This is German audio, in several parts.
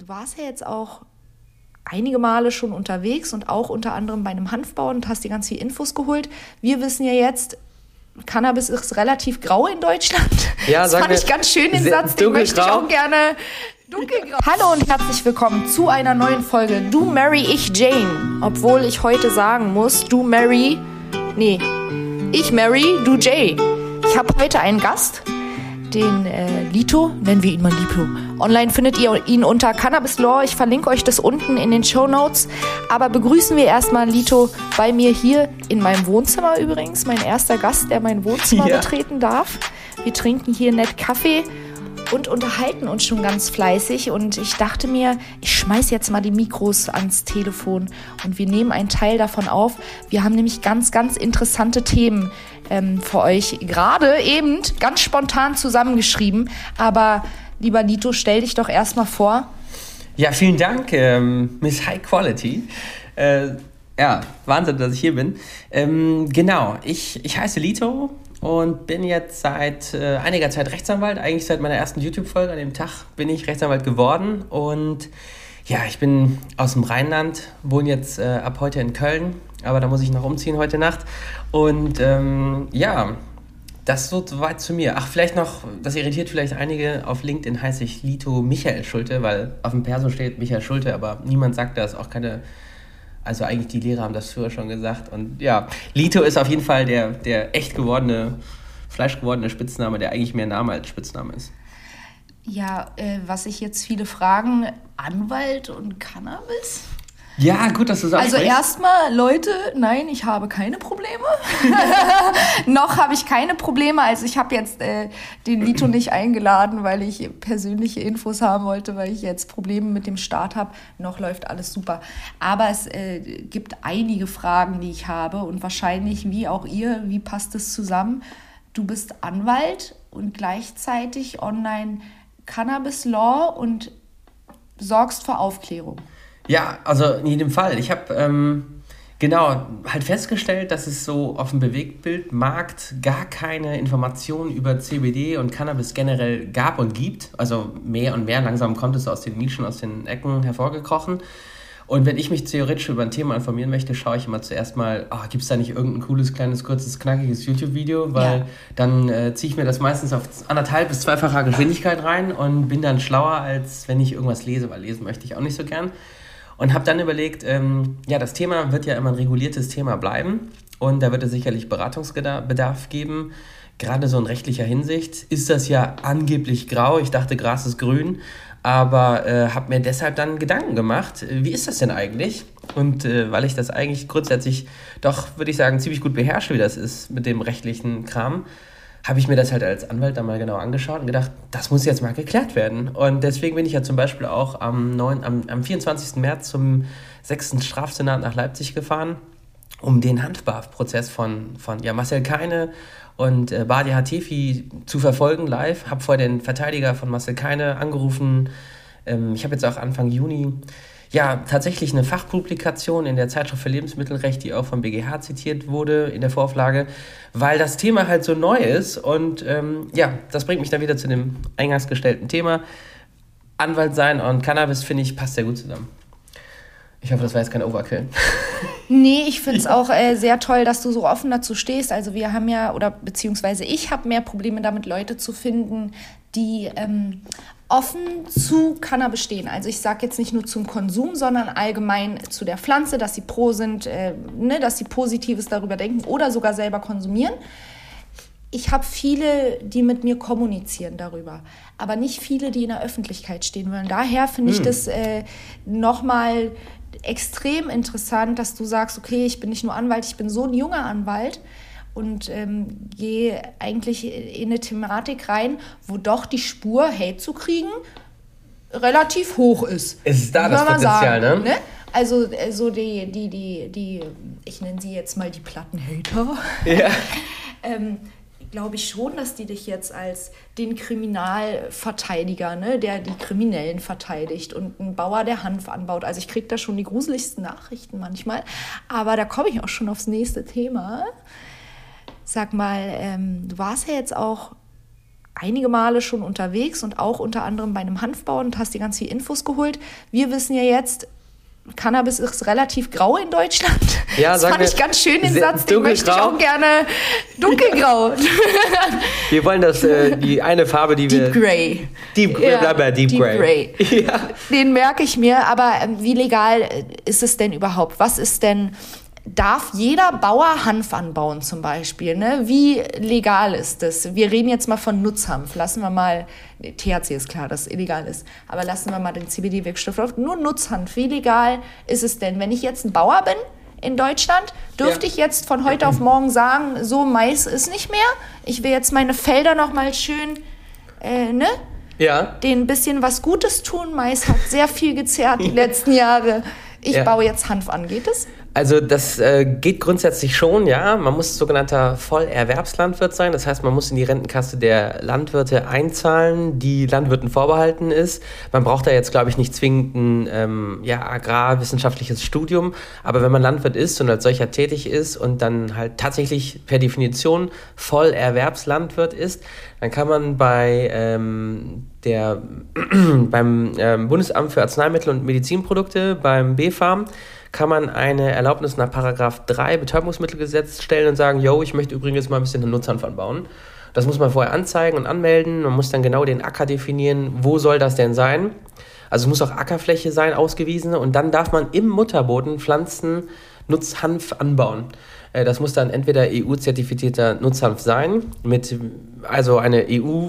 warst ja jetzt auch einige Male schon unterwegs und auch unter anderem bei einem Hanfbauern und hast dir ganz viel Infos geholt. Wir wissen ja jetzt, Cannabis ist relativ grau in Deutschland. Ja, das fand ich ganz schön, den Satz, den möchte ich auch gerne dunkelgrau. Hallo und herzlich willkommen zu einer neuen Folge Du Mary, ich Jane. Obwohl ich heute sagen muss, ich Mary, du Jay. Ich habe heute einen Gast, den Lito, nennen wir ihn mal Lito. Online findet ihr ihn unter Cannabis Law. Ich verlinke euch das unten in den Shownotes. Aber begrüßen wir erstmal Lito bei mir hier in meinem Wohnzimmer übrigens. Mein erster Gast, der mein Wohnzimmer betreten darf. Wir trinken hier nett Kaffee und unterhalten uns schon ganz fleißig. Und ich dachte mir, ich schmeiß jetzt mal die Mikros ans Telefon und wir nehmen einen Teil davon auf. Wir haben nämlich ganz, ganz interessante Themen für euch gerade eben ganz spontan zusammengeschrieben. Aber lieber Lito, stell dich doch erstmal vor. Ja, vielen Dank, Miss High Quality. Wahnsinn, dass ich hier bin. Genau, ich heiße Lito und bin jetzt seit einiger Zeit Rechtsanwalt. Eigentlich seit meiner ersten YouTube-Folge. An dem Tag bin ich Rechtsanwalt geworden. Und ja, ich bin aus dem Rheinland, wohne jetzt ab heute in Köln. Aber da muss ich noch umziehen heute Nacht. Und das so weit zu mir. Ach, vielleicht noch, das irritiert vielleicht einige, auf LinkedIn heiße ich Lito Michael Schulte, weil auf dem Perso steht Michael Schulte, aber niemand sagt das, auch keine, also eigentlich die Lehrer haben das früher schon gesagt. Und ja, Lito ist auf jeden Fall der echt gewordene, fleischgewordene Spitzname, der eigentlich mehr Name als Spitzname ist. Ja, was sich jetzt viele fragen, Anwalt und Cannabis? Ja, gut, dass du sagst. Also erstmal, Leute, nein, ich habe keine Probleme. Noch habe ich keine Probleme. Also ich habe jetzt den Lito nicht eingeladen, weil ich persönliche Infos haben wollte, weil ich jetzt Probleme mit dem Start habe. Noch läuft alles super. Aber es gibt einige Fragen, die ich habe. Und wahrscheinlich, wie auch ihr, wie passt es zusammen? Du bist Anwalt und gleichzeitig online Cannabis Law und sorgst für Aufklärung. Ja, also in jedem Fall. Ich habe halt festgestellt, dass es so auf dem Bewegtbildmarkt gar keine Informationen über CBD und Cannabis generell gab und gibt. Also mehr und mehr, langsam kommt es aus den Nischen, aus den Ecken hervorgekrochen. Und wenn ich mich theoretisch über ein Thema informieren möchte, schaue ich immer zuerst mal, gibt es da nicht irgendein cooles, kleines, kurzes, knackiges YouTube-Video? Weil dann ziehe ich mir das meistens auf 1,5- bis 2-facher Geschwindigkeit rein und bin dann schlauer, als wenn ich irgendwas lese, weil lesen möchte ich auch nicht so gern. Und habe dann überlegt, das Thema wird ja immer ein reguliertes Thema bleiben und da wird es sicherlich Beratungsbedarf geben. Gerade so in rechtlicher Hinsicht ist das ja angeblich grau. Ich dachte, Gras ist grün, aber habe mir deshalb dann Gedanken gemacht, wie ist das denn eigentlich? Und weil ich das eigentlich grundsätzlich doch, würde ich sagen, ziemlich gut beherrsche, wie das ist mit dem rechtlichen Kram, habe ich mir das halt als Anwalt dann mal genau angeschaut und gedacht, das muss jetzt mal geklärt werden. Und deswegen bin ich ja zum Beispiel auch am 24. März zum 6. Strafsenat nach Leipzig gefahren, um den Hanfbar-Prozess von Marcel Keine und Badi Hatefi zu verfolgen live. Habe vorher den Verteidiger von Marcel Keine angerufen. Ich habe jetzt auch Anfang Juni tatsächlich eine Fachpublikation in der Zeitschrift für Lebensmittelrecht, die auch vom BGH zitiert wurde in der Vorflage, weil das Thema halt so neu ist und das bringt mich dann wieder zu dem eingangs gestellten Thema. Anwalt sein und Cannabis, finde ich, passt sehr gut zusammen. Ich hoffe, das war jetzt kein Overkill. Nee, ich finde es auch sehr toll, dass du so offen dazu stehst. Also wir haben beziehungsweise ich habe mehr Probleme damit, Leute zu finden, die offen zu Cannabis stehen. Also ich sage jetzt nicht nur zum Konsum, sondern allgemein zu der Pflanze, dass sie pro sind, dass sie Positives darüber denken oder sogar selber konsumieren. Ich habe viele, die mit mir kommunizieren darüber, aber nicht viele, die in der Öffentlichkeit stehen wollen. Daher finde ich das nochmal extrem interessant, dass du sagst, okay, ich bin nicht nur Anwalt, ich bin so ein junger Anwalt und gehe eigentlich in eine Thematik rein, wo doch die Spur, Hate zu kriegen, relativ hoch ist. Es ist da das Potenzial, sagen, ne? Also so die, ich nenne sie jetzt mal die Plattenhater. Ja. Glaube ich schon, dass die dich jetzt als den Kriminalverteidiger, der die Kriminellen verteidigt und ein Bauer, der Hanf anbaut. Also ich kriege da schon die gruseligsten Nachrichten manchmal. Aber da komme ich auch schon aufs nächste Thema. Sag mal, du warst ja jetzt auch einige Male schon unterwegs und auch unter anderem bei einem Hanfbauern und hast dir ganz viele Infos geholt. Wir wissen ja jetzt, Cannabis ist relativ grau in Deutschland. Ja, das fand ich ganz schön, den Satz, den möchte ich auch gerne dunkelgrau. Wir wollen das, die eine Farbe, die Deep Grey. Deep Grey. Ja. Den merke ich mir, aber wie legal ist es denn überhaupt? Was ist denn, darf jeder Bauer Hanf anbauen zum Beispiel? Ne? Wie legal ist das? Wir reden jetzt mal von Nutzhanf. Lassen wir mal, THC ist klar, dass es illegal ist, aber lassen wir mal den CBD-Wirkstoff auf. Nur Nutzhanf. Wie legal ist es denn? Wenn ich jetzt ein Bauer bin in Deutschland, dürfte ich jetzt von heute auf morgen sagen, so Mais ist nicht mehr. Ich will jetzt meine Felder noch mal schön, denen ein bisschen was Gutes tun. Mais hat sehr viel gezehrt die letzten Jahre. Ich baue jetzt Hanf an. Geht es? Also das geht grundsätzlich schon, ja. Man muss sogenannter Vollerwerbslandwirt sein. Das heißt, man muss in die Rentenkasse der Landwirte einzahlen, die Landwirten vorbehalten ist. Man braucht da jetzt, glaube ich, nicht zwingend ein agrarwissenschaftliches Studium. Aber wenn man Landwirt ist und als solcher tätig ist und dann halt tatsächlich per Definition Vollerwerbslandwirt ist, dann kann man beim Bundesamt für Arzneimittel und Medizinprodukte, beim BfArM, kann man eine Erlaubnis nach § 3 Betäubungsmittelgesetz stellen und sagen, ich möchte übrigens mal ein bisschen Nutzhanf anbauen. Das muss man vorher anzeigen und anmelden. Man muss dann genau den Acker definieren, wo soll das denn sein. Also es muss auch Ackerfläche sein, ausgewiesene. Und dann darf man im Mutterboden Pflanzen Nutzhanf anbauen. Das muss dann entweder EU-zertifizierter Nutzhanf sein, also eine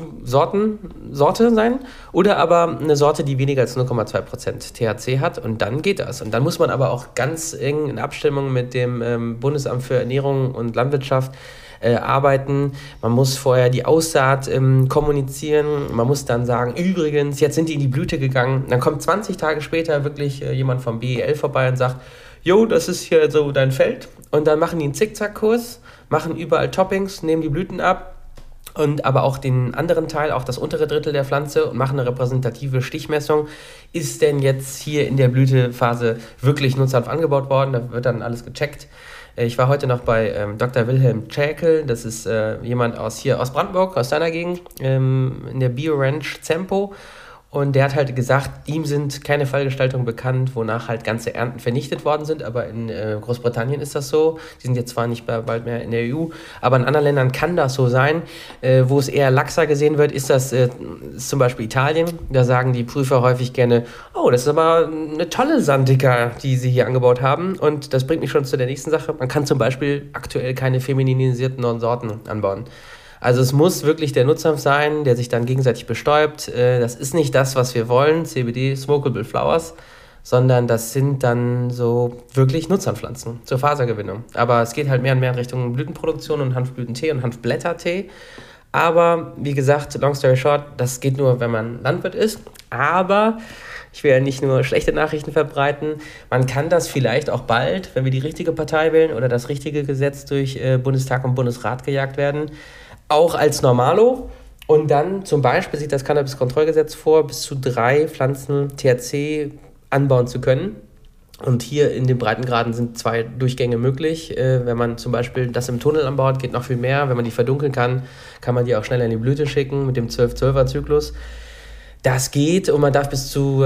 EU-Sorte sein, oder aber eine Sorte, die weniger als 0,2% THC hat, und dann geht das. Und dann muss man aber auch ganz eng in Abstimmung mit dem Bundesamt für Ernährung und Landwirtschaft arbeiten. Man muss vorher die Aussaat kommunizieren. Man muss dann sagen, übrigens, jetzt sind die in die Blüte gegangen. Dann kommt 20 Tage später wirklich jemand vom BEL vorbei und sagt, das ist hier so dein Feld. Und dann machen die einen Zickzackkurs, machen überall Toppings, nehmen die Blüten ab und aber auch den anderen Teil, auch das untere Drittel der Pflanze, und machen eine repräsentative Stichmessung. Ist denn jetzt hier in der Blütephase wirklich Nutzhanf angebaut worden? Da wird dann alles gecheckt. Ich war heute noch bei Dr. Wilhelm Schäkel, das ist jemand aus Brandenburg, aus deiner Gegend, in der Bio-Ranch Zempo. Und der hat halt gesagt, ihm sind keine Fallgestaltungen bekannt, wonach halt ganze Ernten vernichtet worden sind. Aber in Großbritannien ist das so. Die sind jetzt zwar nicht bald mehr in der EU, aber in anderen Ländern kann das so sein. Wo es eher laxer gesehen wird, ist das zum Beispiel Italien. Da sagen die Prüfer häufig gerne, das ist aber eine tolle Sandica, die sie hier angebaut haben. Und das bringt mich schon zu der nächsten Sache. Man kann zum Beispiel aktuell keine femininisierten Sorten anbauen. Also es muss wirklich der Nutzhanf sein, der sich dann gegenseitig bestäubt. Das ist nicht das, was wir wollen, CBD, Smokable Flowers, sondern das sind dann so wirklich Nutzhanfpflanzen zur Fasergewinnung. Aber es geht halt mehr und mehr in Richtung Blütenproduktion und Hanfblütentee und Hanfblättertee. Aber wie gesagt, long story short, das geht nur, wenn man Landwirt ist. Aber ich will ja nicht nur schlechte Nachrichten verbreiten. Man kann das vielleicht auch bald, wenn wir die richtige Partei wählen oder das richtige Gesetz durch Bundestag und Bundesrat gejagt werden, auch als Normalo. Und dann zum Beispiel sieht das Cannabis-Kontrollgesetz vor, bis zu 3 Pflanzen THC anbauen zu können. Und hier in den Breitengraden sind 2 Durchgänge möglich. Wenn man zum Beispiel das im Tunnel anbaut, geht noch viel mehr. Wenn man die verdunkeln kann, kann man die auch schneller in die Blüte schicken mit dem 12-12er-Zyklus. Das geht, und man darf bis zu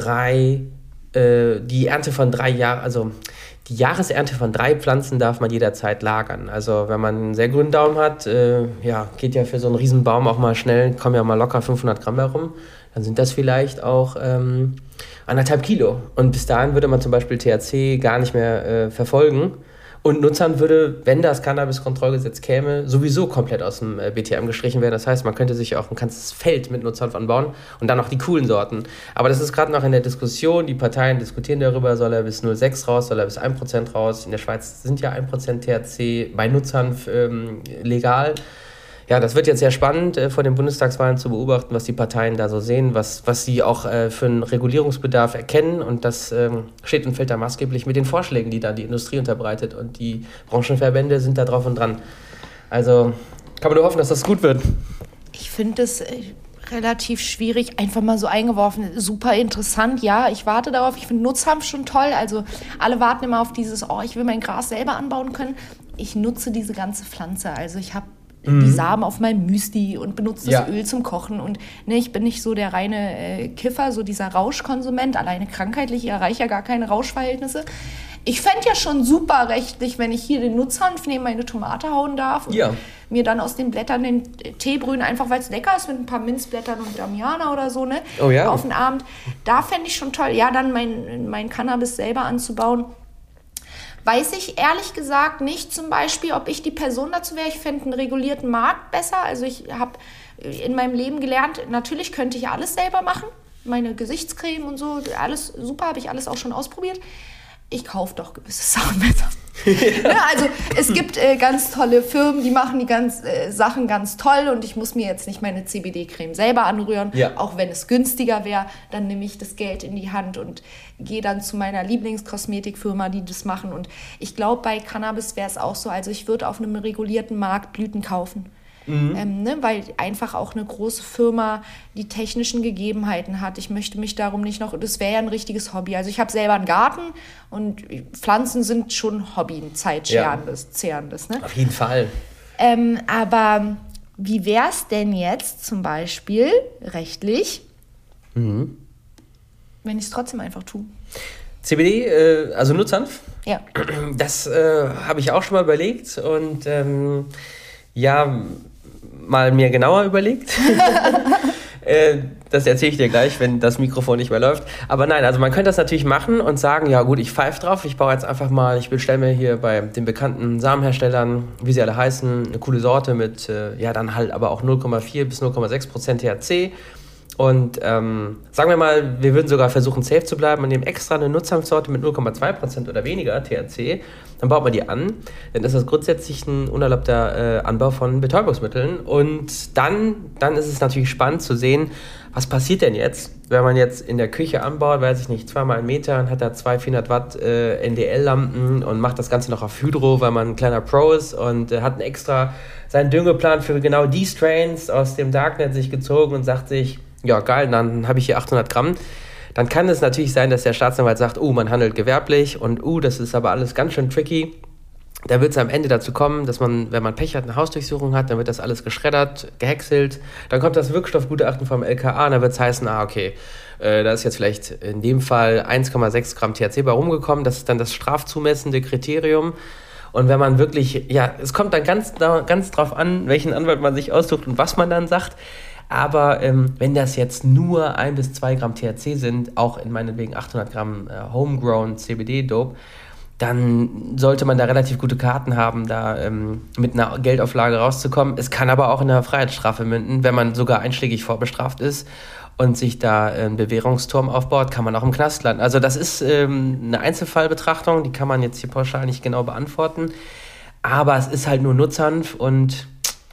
die Ernte von 3 Jahren, also die Jahresernte von 3 Pflanzen darf man jederzeit lagern. Also wenn man einen sehr grünen Daumen hat, geht ja für so einen Riesenbaum auch mal schnell, kommen ja mal locker 500 Gramm herum, dann sind das vielleicht auch 1,5 Kilo. Und bis dahin würde man zum Beispiel THC gar nicht mehr verfolgen. Und Nutzhanf würde, wenn das Cannabis-Kontrollgesetz käme, sowieso komplett aus dem BTM gestrichen werden. Das heißt, man könnte sich auch ein ganzes Feld mit Nutzhanf anbauen und dann auch die coolen Sorten. Aber das ist gerade noch in der Diskussion. Die Parteien diskutieren darüber, soll er bis 0,6 raus, soll er bis 1% raus. In der Schweiz sind ja 1% THC bei Nutzhanf legal. Ja, das wird jetzt sehr spannend, vor den Bundestagswahlen zu beobachten, was die Parteien da so sehen, was sie auch für einen Regulierungsbedarf erkennen. Und das steht und fällt da maßgeblich mit den Vorschlägen, die da die Industrie unterbreitet. Und die Branchenverbände sind da drauf und dran. Also kann man nur hoffen, dass das gut wird. Ich finde es relativ schwierig, einfach mal so eingeworfen. Super interessant, ja, ich warte darauf. Ich finde Nutzhanf schon toll. Also alle warten immer auf dieses, ich will mein Gras selber anbauen können. Ich nutze diese ganze Pflanze. Also ich habe die Samen auf meinem Müsli und benutze das Öl zum Kochen. Und ne, ich bin nicht so der reine Kiffer, so dieser Rauschkonsument. Alleine krankheitlich, ich erreiche ja gar keine Rauschverhältnisse. Ich fände ja schon super rechtlich, wenn ich hier den Nutzhanf neben meine Tomate hauen darf und mir dann aus den Blättern den Tee brühen, einfach weil es lecker ist, mit ein paar Minzblättern und Damiana oder so, ne? Auf den Abend. Da fände ich schon toll. Ja, dann mein Cannabis selber anzubauen. Weiß ich ehrlich gesagt nicht zum Beispiel, ob ich die Person dazu wäre. Ich fände einen regulierten Markt besser. Also ich habe in meinem Leben gelernt, natürlich könnte ich alles selber machen. Meine Gesichtscreme und so, alles super, habe ich alles auch schon ausprobiert. Ich kaufe doch gewisse Sachen besser. Also es gibt ganz tolle Firmen, die machen die Sachen ganz toll und ich muss mir jetzt nicht meine CBD-Creme selber anrühren. Auch wenn es günstiger wäre, dann nehme ich das Geld in die Hand und gehe dann zu meiner Lieblingskosmetikfirma, die das machen. Und ich glaube, bei Cannabis wäre es auch so, also ich würde auf einem regulierten Markt Blüten kaufen. Weil einfach auch eine große Firma die technischen Gegebenheiten hat. Ich möchte mich darum nicht noch, das wäre ja ein richtiges Hobby. Also ich habe selber einen Garten und Pflanzen sind schon Hobby, ein zehrendes. Ne? Auf jeden Fall. Aber wie wäre es denn jetzt zum Beispiel rechtlich, wenn ich es trotzdem einfach tue? CBD, also Nutzhanf? Ja. Das habe ich auch schon mal überlegt und mal mir genauer überlegt. Das erzähle ich dir gleich, wenn das Mikrofon nicht mehr läuft. Aber nein, also man könnte das natürlich machen und sagen, ja gut, ich pfeife drauf, ich baue jetzt einfach mal, ich bestelle mir hier bei den bekannten Samenherstellern, wie sie alle heißen, eine coole Sorte mit, dann halt aber auch 0,4 bis 0,6% THC. Und sagen wir mal, wir würden sogar versuchen, safe zu bleiben und nehmen extra eine Nutzhanfsorte mit 0,2% oder weniger THC. Dann baut man die an. Dann ist das grundsätzlich ein unerlaubter Anbau von Betäubungsmitteln. Und dann ist es natürlich spannend zu sehen, was passiert denn jetzt, wenn man jetzt in der Küche anbaut, weiß ich nicht, 2 x 1 Meter und hat da 400 Watt NDL-Lampen und macht das Ganze noch auf Hydro, weil man ein kleiner Pro ist und hat einen extra seinen Düngeplan für genau die Strains aus dem Darknet sich gezogen und sagt sich, ja geil, dann habe ich hier 800 Gramm. Dann kann es natürlich sein, dass der Staatsanwalt sagt, man handelt gewerblich und das ist aber alles ganz schön tricky. Da wird es am Ende dazu kommen, dass man, wenn man Pech hat, eine Hausdurchsuchung hat, dann wird das alles geschreddert, gehäckselt. Dann kommt das Wirkstoffgutachten vom LKA und dann wird es heißen, okay, da ist jetzt vielleicht in dem Fall 1,6 Gramm THC bei rumgekommen. Das ist dann das strafzumessende Kriterium. Und wenn man wirklich, es kommt dann ganz drauf an, welchen Anwalt man sich aussucht und was man dann sagt. Aber wenn das jetzt nur 1 bis 2 Gramm THC sind, auch in meinetwegen 800 Gramm Homegrown CBD-Dope, dann sollte man da relativ gute Karten haben, da mit einer Geldauflage rauszukommen. Es kann aber auch in einer Freiheitsstrafe münden, wenn man sogar einschlägig vorbestraft ist und sich da einen Bewährungsturm aufbaut, kann man auch im Knast landen. Also das ist eine Einzelfallbetrachtung, die kann man jetzt hier pauschal nicht genau beantworten. Aber es ist halt nur Nutzhanf und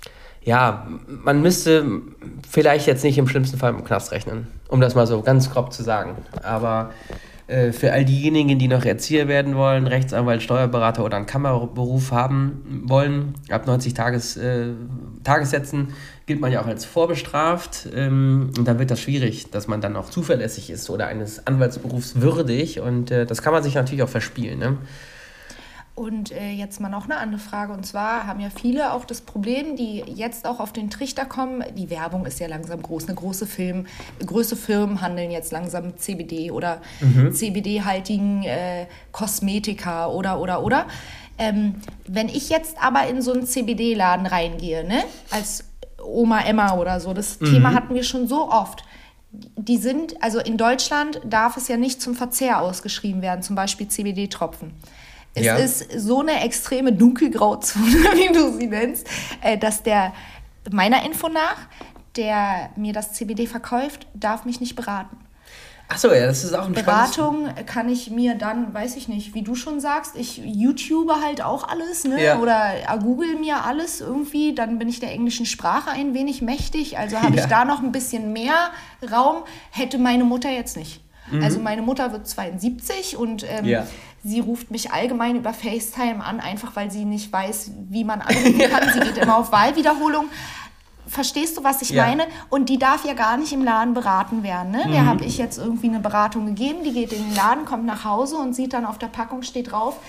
man müsste vielleicht jetzt nicht im schlimmsten Fall im Knast rechnen, um das mal so ganz grob zu sagen. Aber für all diejenigen, die noch Erzieher werden wollen, Rechtsanwalt, Steuerberater oder einen Kammerberuf haben wollen, ab 90 Tagessätzen gilt man ja auch als vorbestraft. Und dann wird das schwierig, dass man dann auch zuverlässig ist oder eines Anwaltsberufs würdig. Und das kann man sich natürlich auch verspielen, ne? Und jetzt mal noch eine andere Frage. Und zwar haben ja viele auch das Problem, die jetzt auch auf den Trichter kommen. Die Werbung ist ja langsam groß. Große Firmen handeln jetzt langsam mit CBD oder CBD-haltigen Kosmetika oder. Wenn ich jetzt aber in so einen CBD-Laden reingehe, ne, als Oma Emma oder so, das Thema hatten wir schon so oft. Die sind, also in Deutschland darf es ja nicht zum Verzehr ausgeschrieben werden, zum Beispiel CBD-Tropfen. Es ist so eine extreme Dunkelgrauzone, wie du sie nennst, dass meiner Info nach, der mir das CBD verkauft, darf mich nicht beraten. Ach so, das ist auch ein Beratung kann ich mir dann, weiß ich nicht, wie du schon sagst, ich YouTube halt auch alles, ne? Oder google mir alles irgendwie, dann bin ich der englischen Sprache ein wenig mächtig, also habe ich da noch ein bisschen mehr Raum, hätte meine Mutter jetzt nicht. Also meine Mutter wird 72 und sie ruft mich allgemein über FaceTime an, einfach weil sie nicht weiß, wie man anrufen kann. Sie geht immer auf Wahlwiederholung. Verstehst du, was ich meine? Und die darf ja gar nicht im Laden beraten werden. Ne? Der habe ich jetzt irgendwie eine Beratung gegeben, die geht in den Laden, kommt nach Hause und sieht dann auf der Packung, steht drauf,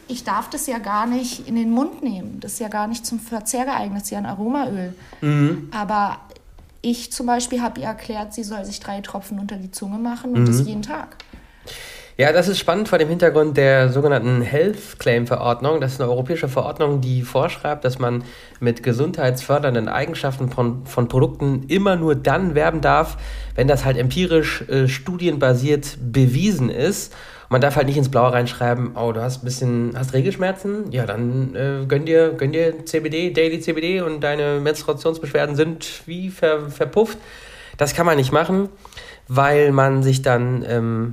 ich darf das ja gar nicht in den Mund nehmen. Das ist ja gar nicht zum Verzehr geeignet, das ist ja ein Aromaöl. Aber ich zum Beispiel habe ihr erklärt, sie soll sich 3 Tropfen unter die Zunge machen und das jeden Tag. Ja, das ist spannend vor dem Hintergrund der sogenannten Health Claim Verordnung. Das ist eine europäische Verordnung, die vorschreibt, dass man mit gesundheitsfördernden Eigenschaften von Produkten immer nur dann werben darf, wenn das halt empirisch studienbasiert bewiesen ist. Und man darf halt nicht ins Blaue reinschreiben, oh, du hast Regelschmerzen? Ja, dann gönn dir CBD, Daily CBD und deine Menstruationsbeschwerden sind wie verpufft. Das kann man nicht machen, weil man sich dann,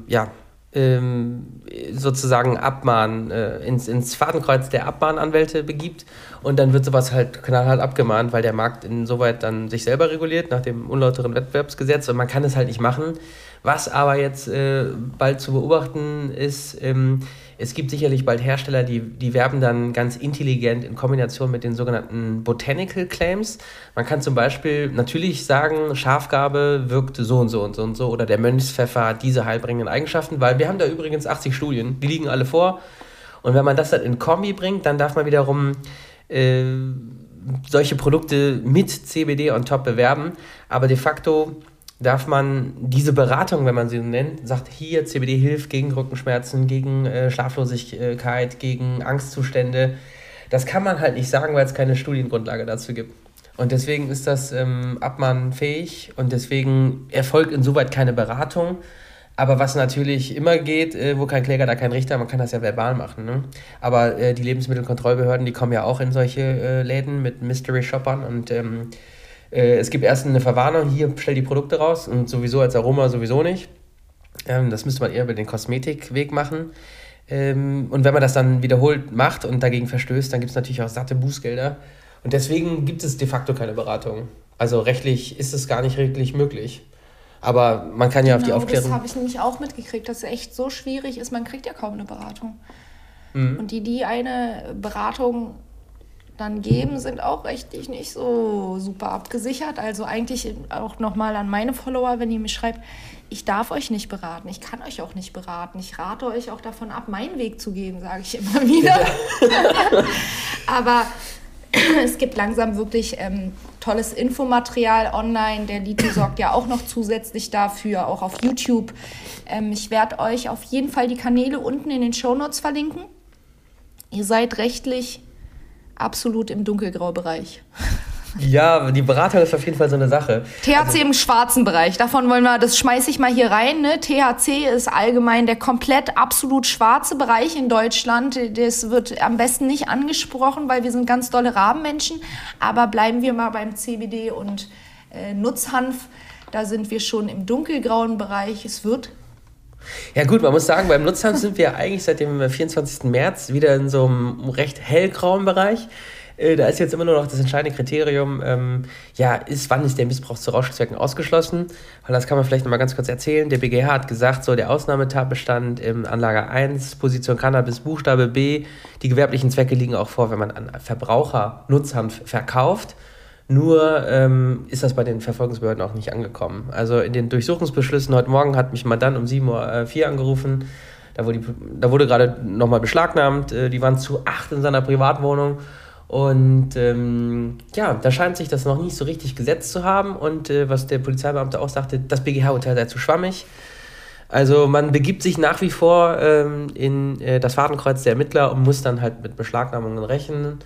sozusagen ins Fadenkreuz der Abmahnanwälte begibt und dann wird sowas halt knallhart abgemahnt, weil der Markt insoweit dann sich selber reguliert nach dem unlauteren Wettbewerbsgesetz und man kann es halt nicht machen. Was aber jetzt bald zu beobachten ist, es gibt sicherlich bald Hersteller, die werben dann ganz intelligent in Kombination mit den sogenannten Botanical Claims. Man kann zum Beispiel natürlich sagen, Schafgarbe wirkt so und so und so und so oder der Mönchspfeffer hat diese heilbringenden Eigenschaften, weil wir haben da übrigens 80 Studien, die liegen alle vor. Und wenn man das dann in Kombi bringt, dann darf man wiederum solche Produkte mit CBD on top bewerben. Aber de facto darf man diese Beratung, wenn man sie nennt, sagt, hier CBD hilft gegen Rückenschmerzen, gegen Schlaflosigkeit, gegen Angstzustände. Das kann man halt nicht sagen, weil es keine Studiengrundlage dazu gibt. Und deswegen ist das abmahnfähig und deswegen erfolgt insoweit keine Beratung. Aber was natürlich immer geht, wo kein Kläger, da kein Richter, man kann das ja verbal machen. Ne? Aber die Lebensmittelkontrollbehörden, die kommen ja auch in solche Läden mit Mystery-Shoppern und es gibt erst eine Verwarnung, hier stell die Produkte raus und sowieso als Aroma sowieso nicht. Das müsste man eher über den Kosmetikweg machen. Und wenn man das dann wiederholt macht und dagegen verstößt, dann gibt es natürlich auch satte Bußgelder. Und deswegen gibt es de facto keine Beratung. Also rechtlich ist es gar nicht wirklich möglich. Aber man kann ja auf die Aufklärung... Das habe ich nämlich auch mitgekriegt, dass es echt so schwierig ist, man kriegt ja kaum eine Beratung. Und die eine Beratung dann geben, sind auch rechtlich nicht so super abgesichert. Also eigentlich auch nochmal an meine Follower, wenn ihr mir schreibt, ich darf euch nicht beraten, ich kann euch auch nicht beraten, ich rate euch auch davon ab, meinen Weg zu gehen, sage ich immer wieder. Aber es gibt langsam wirklich tolles Infomaterial online. Der Lito sorgt ja auch noch zusätzlich dafür, auch auf YouTube. Ich werde euch auf jeden Fall die Kanäle unten in den Shownotes verlinken. Ihr seid rechtlich absolut im Dunkelgrau-Bereich. Ja, die Beratung ist auf jeden Fall so eine Sache. THC im schwarzen Bereich, davon wollen wir, das schmeiße ich mal hier rein. Ne? THC ist allgemein der komplett absolut schwarze Bereich in Deutschland. Das wird am besten nicht angesprochen, weil wir sind ganz dolle Rabenmenschen. Aber bleiben wir mal beim CBD und Nutzhanf. Da sind wir schon im dunkelgrauen Bereich. Es wird... Ja gut, man muss sagen, beim Nutzhanf sind wir eigentlich seit dem 24. März wieder in so einem recht hellgrauen Bereich. Da ist jetzt immer nur noch das entscheidende Kriterium, wann ist der Missbrauch zu Rauschzwecken ausgeschlossen? Weil das kann man vielleicht nochmal ganz kurz erzählen. Der BGH hat gesagt, so der Ausnahmetatbestand im Anlage 1, Position Cannabis, Buchstabe B, die gewerblichen Zwecke liegen auch vor, wenn man an Verbraucher Nutzhanf verkauft. Nur ist das bei den Verfolgungsbehörden auch nicht angekommen. Also in den Durchsuchungsbeschlüssen heute Morgen hat mich ein Mandant um 7:04 Uhr angerufen. Da wurde gerade nochmal beschlagnahmt. Die waren zu 8 in seiner Privatwohnung. Und da scheint sich das noch nicht so richtig gesetzt zu haben. Und was der Polizeibeamte auch sagte, das BGH-Urteil sei zu schwammig. Also man begibt sich nach wie vor in das Fadenkreuz der Ermittler und muss dann halt mit Beschlagnahmungen rechnen.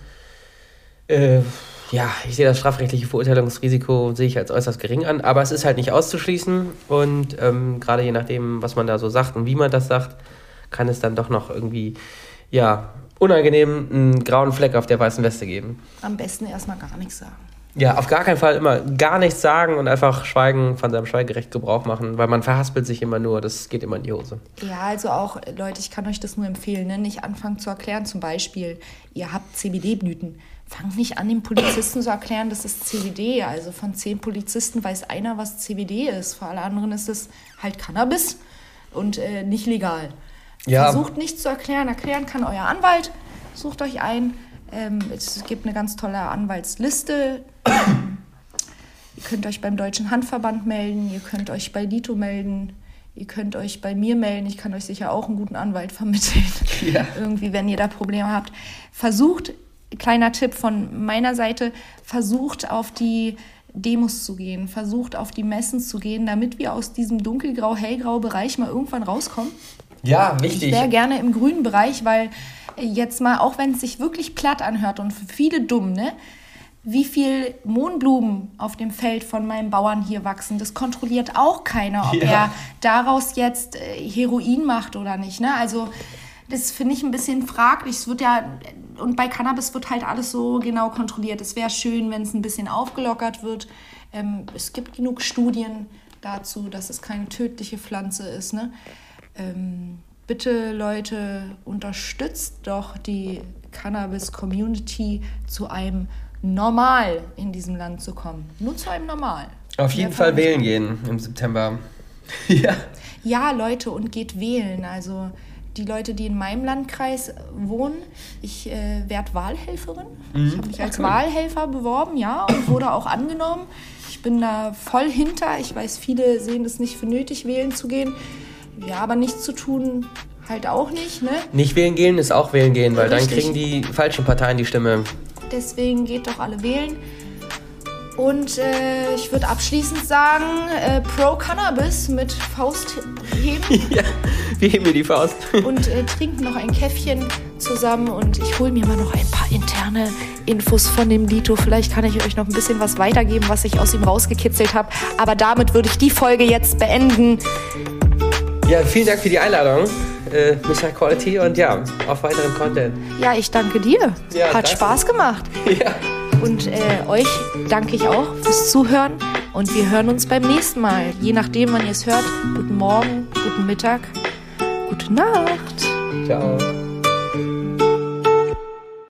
Ich sehe das strafrechtliche Verurteilungsrisiko sehe ich als äußerst gering an, aber es ist halt nicht auszuschließen und gerade je nachdem, was man da so sagt und wie man das sagt, kann es dann doch noch irgendwie, unangenehm einen grauen Fleck auf der weißen Weste geben. Am besten erstmal gar nichts sagen. Ja, auf gar keinen Fall immer gar nichts sagen und einfach schweigen, von seinem Schweigerecht Gebrauch machen, weil man verhaspelt sich immer nur, das geht immer in die Hose. Ja, also auch, Leute, ich kann euch das nur empfehlen, ne? Nicht anfangen zu erklären, zum Beispiel, ihr habt CBD-Blüten. Fangt nicht an, dem Polizisten zu erklären, das ist CBD. Also von 10 Polizisten weiß einer, was CBD ist. Für alle anderen ist es halt Cannabis und nicht legal. Ja. Versucht nichts zu erklären. Erklären kann euer Anwalt. Sucht euch ein. Es gibt eine ganz tolle Anwaltsliste. Ihr könnt euch beim Deutschen Handverband melden. Ihr könnt euch bei Lito melden. Ihr könnt euch bei mir melden. Ich kann euch sicher auch einen guten Anwalt vermitteln. Ja. Irgendwie, wenn ihr da Probleme habt. Versucht, kleiner Tipp von meiner Seite, versucht auf die Demos zu gehen, versucht auf die Messen zu gehen, damit wir aus diesem dunkelgrau-hellgrau Bereich mal irgendwann rauskommen. Ja, wichtig. Ich wäre gerne im grünen Bereich, weil jetzt mal, auch wenn es sich wirklich platt anhört und für viele dumm, ne? Wie viel Mohnblumen auf dem Feld von meinem Bauern hier wachsen, das kontrolliert auch keiner, ob er daraus jetzt Heroin macht oder nicht. Ne? Also das finde ich ein bisschen fraglich. Es wird ja, und bei Cannabis wird halt alles so genau kontrolliert. Es wäre schön, wenn es ein bisschen aufgelockert wird. Es gibt genug Studien dazu, dass es keine tödliche Pflanze ist. Ne? Bitte, Leute, unterstützt doch die Cannabis-Community zu einem Normal in diesem Land zu kommen. Nur zu einem Normal. Auf jeden Fall wählen gehen im September. Ja, Leute, und geht wählen. Also die Leute, die in meinem Landkreis wohnen, ich werde Wahlhelferin. Ich habe mich als Wahlhelfer beworben, ja, und wurde auch angenommen. Ich bin da voll hinter. Ich weiß, viele sehen es nicht für nötig, wählen zu gehen. Ja, aber nichts zu tun halt auch nicht, ne? Nicht wählen gehen ist auch wählen gehen, weil dann kriegen die falschen Parteien die Stimme. Deswegen geht doch alle wählen. Und ich würde abschließend sagen, pro Cannabis mit Faustheben. Ja, wir heben mir die Faust. Und trinken noch ein Käffchen zusammen. Und ich hole mir mal noch ein paar interne Infos von dem Lito. Vielleicht kann ich euch noch ein bisschen was weitergeben, was ich aus ihm rausgekitzelt habe. Aber damit würde ich die Folge jetzt beenden. Ja, vielen Dank für die Einladung, Mr. Quality, und ja, auf weiteren Content. Ja, ich danke dir. Ja, hat Spaß gemacht. Ja. Und euch danke ich auch fürs Zuhören. Und wir hören uns beim nächsten Mal. Je nachdem, wann ihr es hört. Guten Morgen, guten Mittag, gute Nacht. Ciao.